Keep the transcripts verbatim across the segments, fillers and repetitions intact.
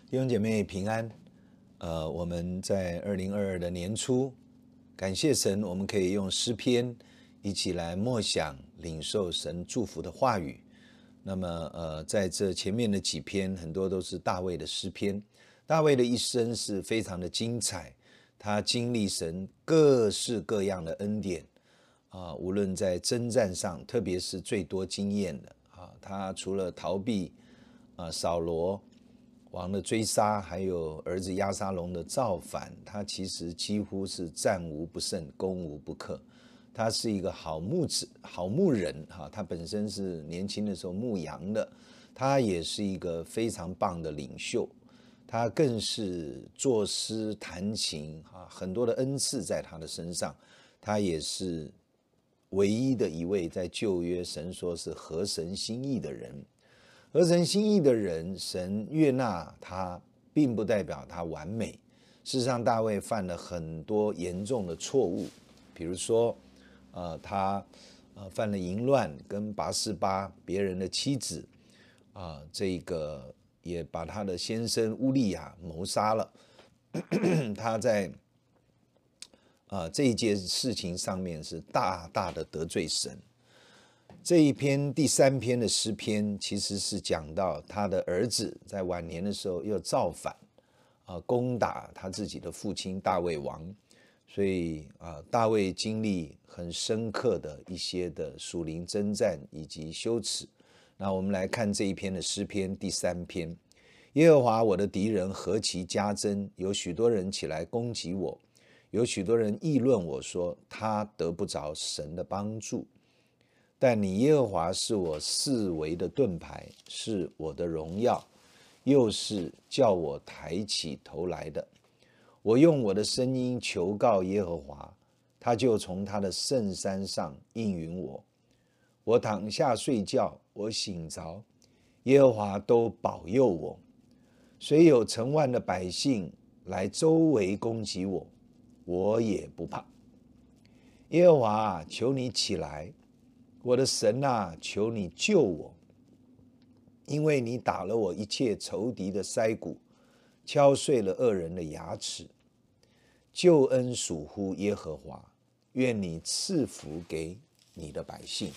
弟兄姐妹平安。呃，我们在二零二二的年初，感谢神，我们可以用诗篇一起来默想、领受神祝福的话语。那么，呃，在这前面的几篇，很多都是大卫的诗篇。大卫的一生是非常的精彩，他经历神各式各样的恩典啊、呃，无论在征战上，特别是最多经验的啊，他除了逃避啊、呃、扫罗王的追杀，还有儿子押沙龙的造反，他其实几乎是战无不胜，攻无不克。他是一个好牧子、好牧人哈，他本身是年轻的时候牧羊的，他也是一个非常棒的领袖，他更是作诗弹琴啊，很多的恩赐在他的身上。他也是唯一的一位在旧约神说是合神心意的人。合神心意的人，神悦纳他，并不代表他完美。事实上，大卫犯了很多严重的错误，比如说，呃，他呃犯了淫乱，跟拔示巴别人的妻子，啊、呃，这个也把他的先生乌利亚谋杀了。他在啊、呃、这一件事情上面是大大的得罪神。这一篇第三篇的诗篇，其实是讲到他的儿子在晚年的时候又造反，啊，攻打他自己的父亲大卫王，所以啊，大卫经历很深刻的一些的属灵征战以及羞耻。那我们来看这一篇的诗篇第三篇：耶和华我的敌人何其加增，有许多人起来攻击我，有许多人议论我说，他得不着神的帮助。但你耶和华是我四围的盾牌，是我的荣耀，又是叫我抬起头来的。我用我的声音求告耶和华，他就从他的圣山上应允我。我躺下睡觉，我醒着，耶和华都保佑我。虽有成万的百姓来周围攻击我，我也不怕。耶和华，求你起来，我的神啊，求你救我，因为你打了我一切仇敌的腮骨，敲碎了恶人的牙齿。救恩属乎耶和华，愿你赐福给你的百姓。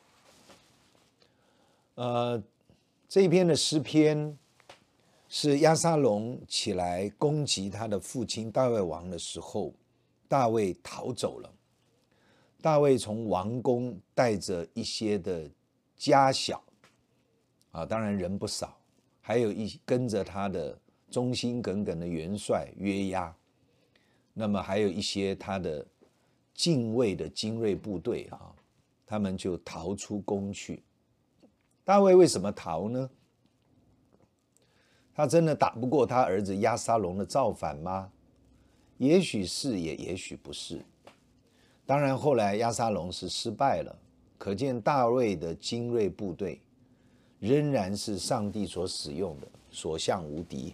呃，这一篇的诗篇是押沙龙起来攻击他的父亲大卫王的时候，大卫逃走了。大卫从王宫带着一些的家小啊，当然人不少，还有一跟着他的忠心耿耿的元帅约押，那么还有一些他的禁卫的精锐部队啊，他们就逃出宫去。大卫为什么逃呢？他真的打不过他儿子押沙龙的造反吗？也许是，也也许不是。当然后来押沙龙是失败了，可见大卫的精锐部队仍然是上帝所使用的，所向无敌。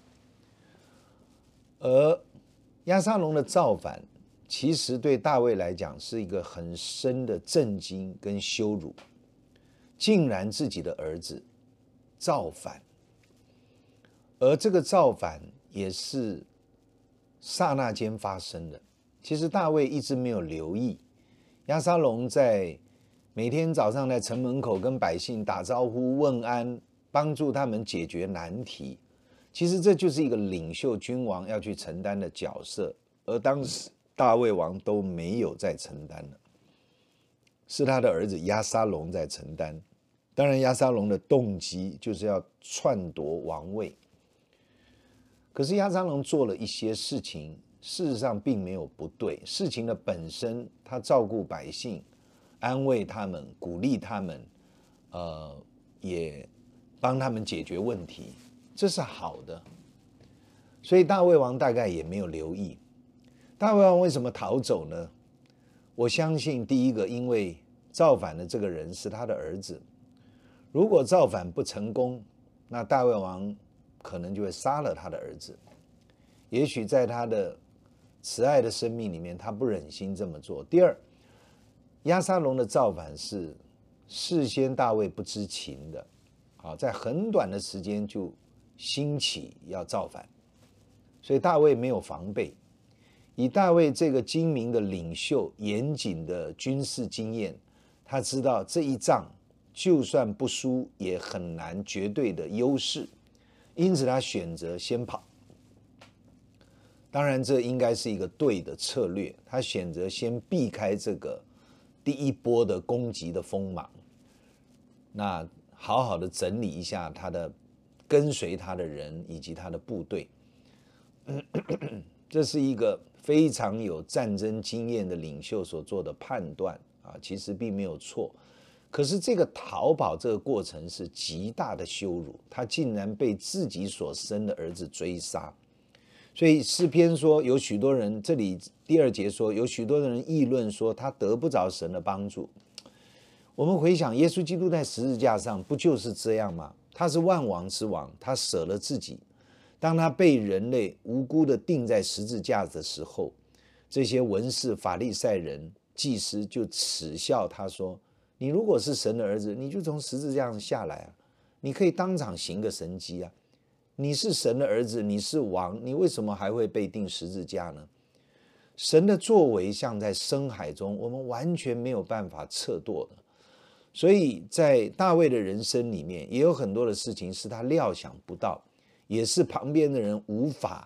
而押沙龙的造反其实对大卫来讲是一个很深的震惊跟羞辱，竟然自己的儿子造反，而这个造反也是刹那间发生的。其实大卫一直没有留意，押沙龙在每天早上在城门口跟百姓打招呼问安，帮助他们解决难题。其实这就是一个领袖君王要去承担的角色，而当时大卫王都没有在承担了，是他的儿子押沙龙在承担。当然押沙龙的动机就是要篡夺王位，可是押沙龙做了一些事情，事实上并没有不对。事情的本身，他照顾百姓，安慰他们，鼓励他们，呃，也帮他们解决问题，这是好的。所以大卫王大概也没有留意。大卫王为什么逃走呢？我相信第一个，因为造反的这个人是他的儿子。如果造反不成功，那大卫王可能就会杀了他的儿子。也许在他的慈爱的生命里面，他不忍心这么做。第二，押沙龙的造反是事先大卫不知情的，好，在很短的时间就兴起要造反，所以大卫没有防备。以大卫这个精明的领袖、严谨的军事经验，他知道这一仗就算不输，也很难绝对的优势，因此他选择先跑。当然，这应该是一个对的策略，他选择先避开这个第一波的攻击的锋芒，那好好的整理一下他的跟随他的人以及他的部队。这是一个非常有战争经验的领袖所做的判断啊，其实并没有错。可是这个逃跑这个过程是极大的羞辱，他竟然被自己所生的儿子追杀。所以诗篇说有许多人，这里第二节说有许多人议论说他得不着神的帮助。我们回想耶稣基督在十字架上不就是这样吗？他是万王之王，他舍了自己。当他被人类无辜的钉在十字架的时候，这些文士、法利赛人、祭司就耻笑他说，你如果是神的儿子，你就从十字架上下来啊，你可以当场行个神迹啊，你是神的儿子，你是王，你为什么还会被钉十字架呢？神的作为像在深海中，我们完全没有办法测度的。所以在大卫的人生里面，也有很多的事情是他料想不到，也是旁边的人无法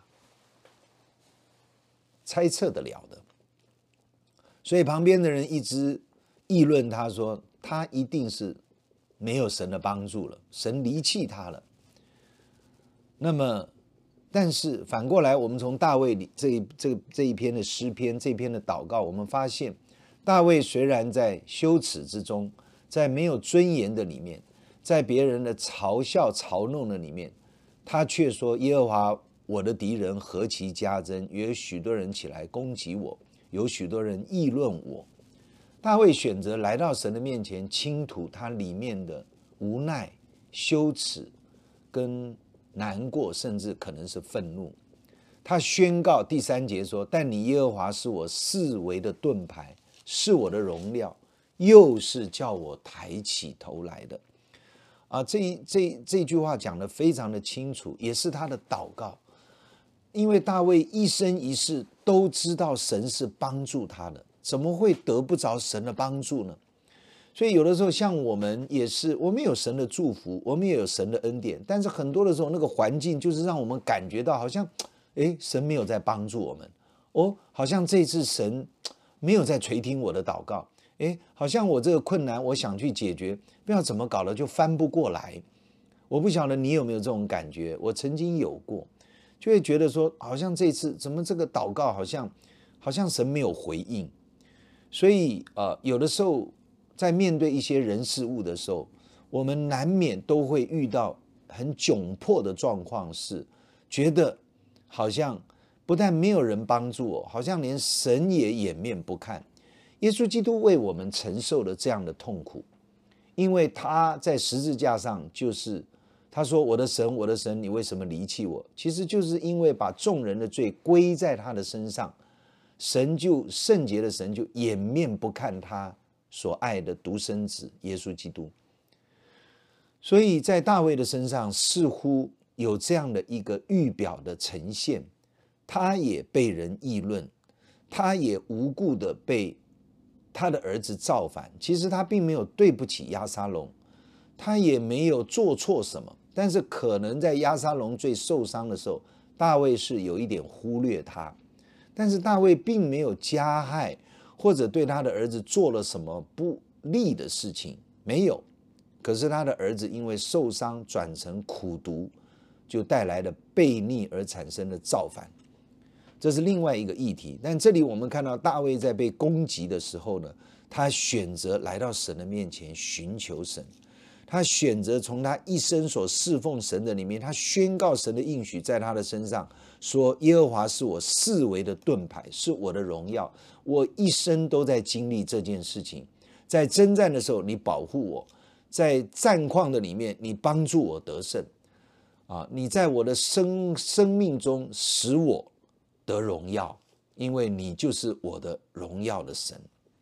猜测得了的。所以旁边的人一直议论他说，他一定是没有神的帮助了，神离弃他了。那么但是反过来，我们从大卫这一这个这一篇的诗篇，这一篇的祷告，我们发现大卫虽然在羞耻之中，在没有尊严的里面，在别人的嘲笑嘲弄的里面，他却说，耶和华我的敌人何其加增，有许多人起来攻击我，有许多人议论我。大卫选择来到神的面前，倾吐他里面的无奈、羞耻跟难过，甚至可能是愤怒。他宣告第三节说，但你耶和华是我四围的盾牌，是我的荣耀，又是叫我抬起头来的。啊，这这这句话讲得非常的清楚，也是他的祷告。因为大卫一生一世都知道神是帮助他的，怎么会得不着神的帮助呢？所以有的时候像我们也是，我们有神的祝福，我们也有神的恩典，但是很多的时候那个环境就是让我们感觉到好像，诶，神没有在帮助我们，哦，好像这次神没有在垂听我的祷告，诶，好像我这个困难我想去解决，不知道怎么搞了就翻不过来。我不晓得你有没有这种感觉，我曾经有过，就会觉得说好像这次怎么这个祷告好像好像神没有回应。所以呃，有的时候在面对一些人事物的时候，我们难免都会遇到很窘迫的状况，是觉得好像不但没有人帮助我，好像连神也掩面不看。耶稣基督为我们承受了这样的痛苦，因为他在十字架上就是他说，我的神我的神，你为什么离弃我？其实就是因为把众人的罪归在他的身上，神就圣洁的神就掩面不看他所爱的独生子耶稣基督。所以在大卫的身上似乎有这样的一个预表的呈现，他也被人议论，他也无故的被他的儿子造反。其实他并没有对不起押沙龙，他也没有做错什么，但是可能在押沙龙最受伤的时候，大卫是有一点忽略他。但是大卫并没有加害或者对他的儿子做了什么不利的事情，没有。可是他的儿子因为受伤转成苦毒，就带来了悖逆而产生的造反，这是另外一个议题。但这里我们看到大卫在被攻击的时候呢，他选择来到神的面前寻求神，他选择从他一生所侍奉神的里面，他宣告神的应许在他的身上，说耶和华是我四围的盾牌，是我的荣耀，我一生都在经历这件事情。在征战的时候你保护我，在战况的里面你帮助我得胜啊！你在我的 生, 生命中使我得荣耀，因为你就是我的荣耀的神。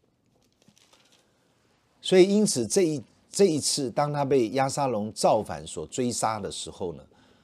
所以因此这一这一次当他被押沙龙造反所追杀的时候呢，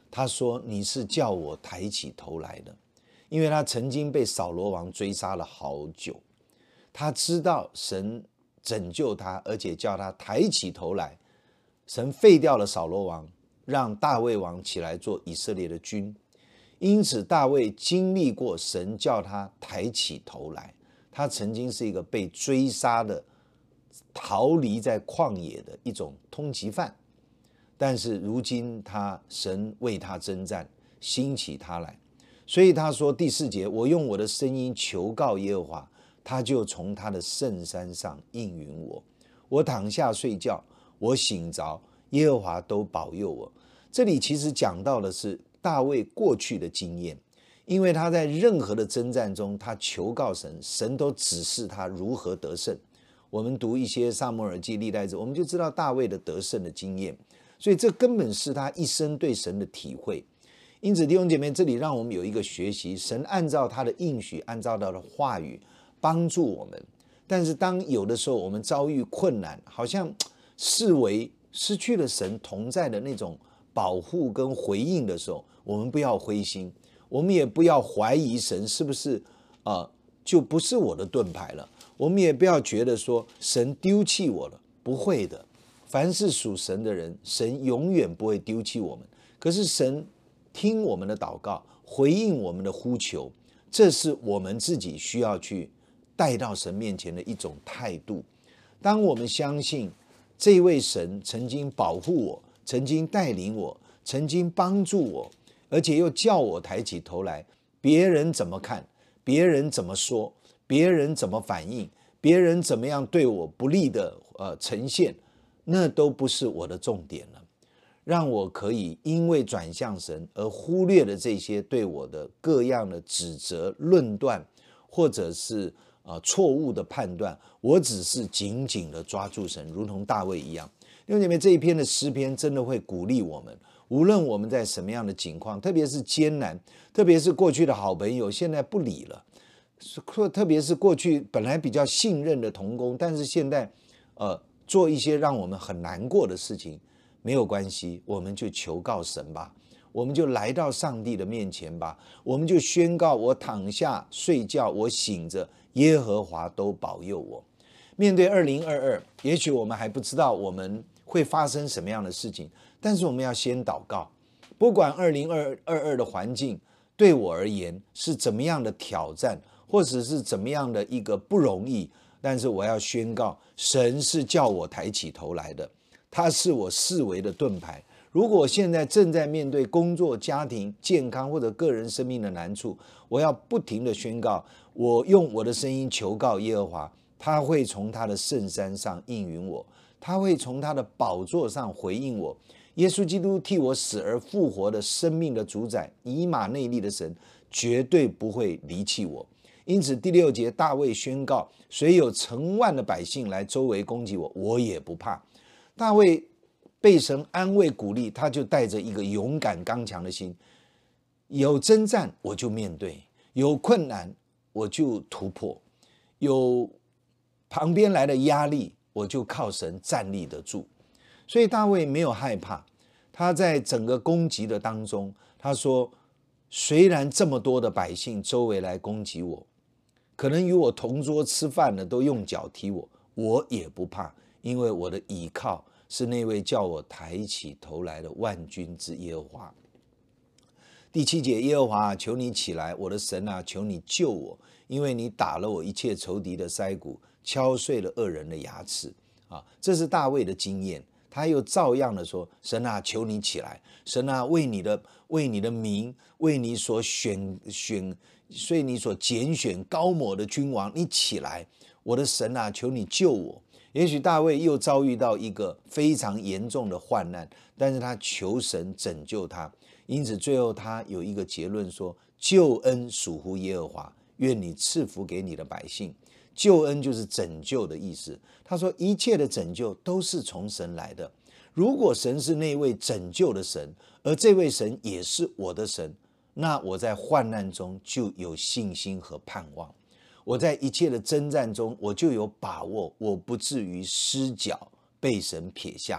他说：“你是叫我抬起头来的。”因为他曾经被扫罗王追杀了好久，他知道神拯救他，而且叫他抬起头来。神废掉了扫罗王，让大卫王起来做以色列的君。因此大卫经历过神叫他抬起头来。他曾经是一个被追杀的，逃离在旷野的一种通缉犯，但是如今他神为他征战，兴起他来。所以他说第四节，我用我的声音求告耶和华，他就从他的圣山上应允我。我躺下睡觉，我醒着，耶和华都保佑我。这里其实讲到的是大卫过去的经验，因为他在任何的征战中，他求告神，神都指示他如何得胜。我们读一些撒母耳记、历代志，我们就知道大卫的得胜的经验，所以这根本是他一生对神的体会。因此弟兄姐妹，这里让我们有一个学习，神按照他的应许，按照他的话语帮助我们。但是当有的时候我们遭遇困难，好像视为失去了神同在的那种保护跟回应的时候，我们不要灰心，我们也不要怀疑神是不是、呃、就不是我的盾牌了。我们也不要觉得说神丢弃我了，不会的。凡是属神的人，神永远不会丢弃我们。可是神听我们的祷告，回应我们的呼求，这是我们自己需要去带到神面前的一种态度。当我们相信这位神曾经保护我，曾经带领我，曾经帮助我，而且又叫我抬起头来，别人怎么看，别人怎么说，别人怎么反应，别人怎么样对我不利的、呃、呈现，那都不是我的重点了。让我可以因为转向神而忽略了这些对我的各样的指责、论断，或者是、呃、错误的判断，我只是紧紧的抓住神，如同大卫一样。弟兄姐妹，这一篇的诗篇真的会鼓励我们，无论我们在什么样的境况，特别是艰难，特别是过去的好朋友现在不理了，特别是过去本来比较信任的同工，但是现在、呃、做一些让我们很难过的事情，没有关系，我们就求告神吧，我们就来到上帝的面前吧，我们就宣告，我躺下睡觉，我醒着，耶和华都保佑我。面对二零二二，也许我们还不知道我们会发生什么样的事情，但是我们要先祷告。不管二零二二的环境对我而言是怎么样的挑战，或者是怎么样的一个不容易，但是我要宣告，神是叫我抬起头来的，他是我视为的盾牌。如果我现在正在面对工作、家庭、健康或者个人生命的难处，我要不停的宣告，我用我的声音求告耶和华，他会从他的圣山上应允我，他会从他的宝座上回应我。耶稣基督替我死而复活的生命的主宰，以马内利的神绝对不会离弃我。因此第六节大卫宣告，虽有成万的百姓来周围攻击我，我也不怕。大卫被神安慰鼓励，他就带着一个勇敢刚强的心，有征战我就面对，有困难我就突破，有旁边来的压力我就靠神站立得住。所以大卫没有害怕，他在整个攻击的当中，他说虽然这么多的百姓周围来攻击我，可能与我同桌吃饭的都用脚踢我，我也不怕，因为我的倚靠是那位叫我抬起头来的万军之耶和华。第七节，耶和华求你起来，我的神啊，求你救我，因为你打了我一切仇敌的腮骨，敲碎了恶人的牙齿。啊，这是大卫的经验。他又照样的说，神啊，求你起来，神啊，为你的为你的名，为你所选选所以你所拣选高抹的君王，你起来，我的神啊，求你救我。也许大卫又遭遇到一个非常严重的患难，但是他求神拯救他，因此最后他有一个结论说，救恩属乎耶和华，愿你赐福给你的百姓。救恩就是拯救的意思。他说一切的拯救都是从神来的，如果神是那位拯救的神，而这位神也是我的神，那我在患难中就有信心和盼望，我在一切的征战中我就有把握，我不至于失脚被神撇下。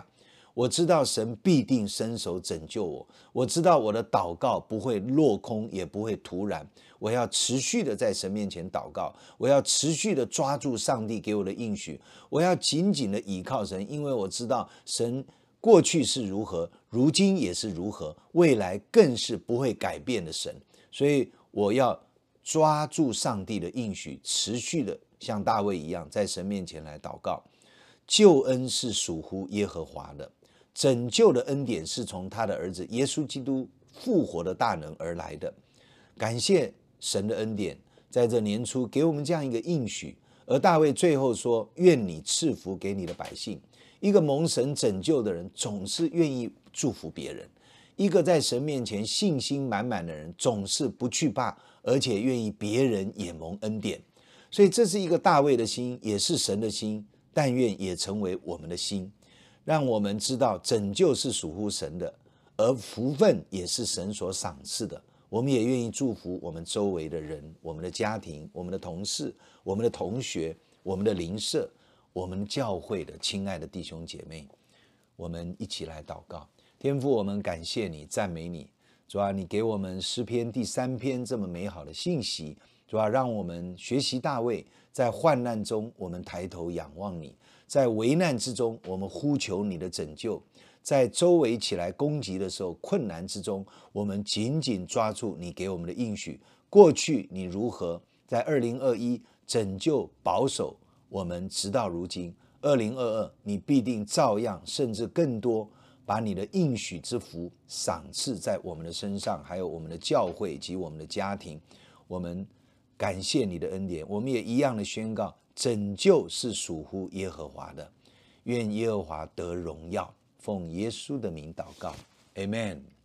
我知道神必定伸手拯救我，我知道我的祷告不会落空，也不会突然。我要持续的在神面前祷告，我要持续的抓住上帝给我的应许，我要紧紧的倚靠神，因为我知道神过去是如何，如今也是如何，未来更是不会改变的神。所以我要抓住上帝的应许，持续的像大卫一样在神面前来祷告。救恩是属乎耶和华的，拯救的恩典是从他的儿子耶稣基督复活的大能而来的。感谢神的恩典，在这年初给我们这样一个应许。而大卫最后说，愿你赐福给你的百姓。一个蒙神拯救的人总是愿意祝福别人，一个在神面前信心满满的人总是不惧怕，而且愿意别人也蒙恩典。所以这是一个大卫的心，也是神的心，但愿也成为我们的心，让我们知道拯救是属乎神的，而福分也是神所赏赐的。我们也愿意祝福我们周围的人，我们的家庭，我们的同事，我们的同学，我们的邻舍，我们教会的亲爱的弟兄姐妹。我们一起来祷告。天父，我们感谢你，赞美你。主啊，你给我们诗篇第三篇这么美好的信息。主啊，让我们学习大卫，在患难中我们抬头仰望你，在危难之中我们呼求你的拯救，在周围起来攻击的时候，困难之中我们紧紧抓住你给我们的应许。过去你如何在二零二一拯救保守我们直到如今，二零二二你必定照样甚至更多把你的应许之福赏赐在我们的身上，还有我们的教会及我们的家庭。我们感谢你的恩典，我们也一样的宣告，拯救是属乎耶和华的，愿耶和华得荣耀。奉耶稣的名祷告 Amen。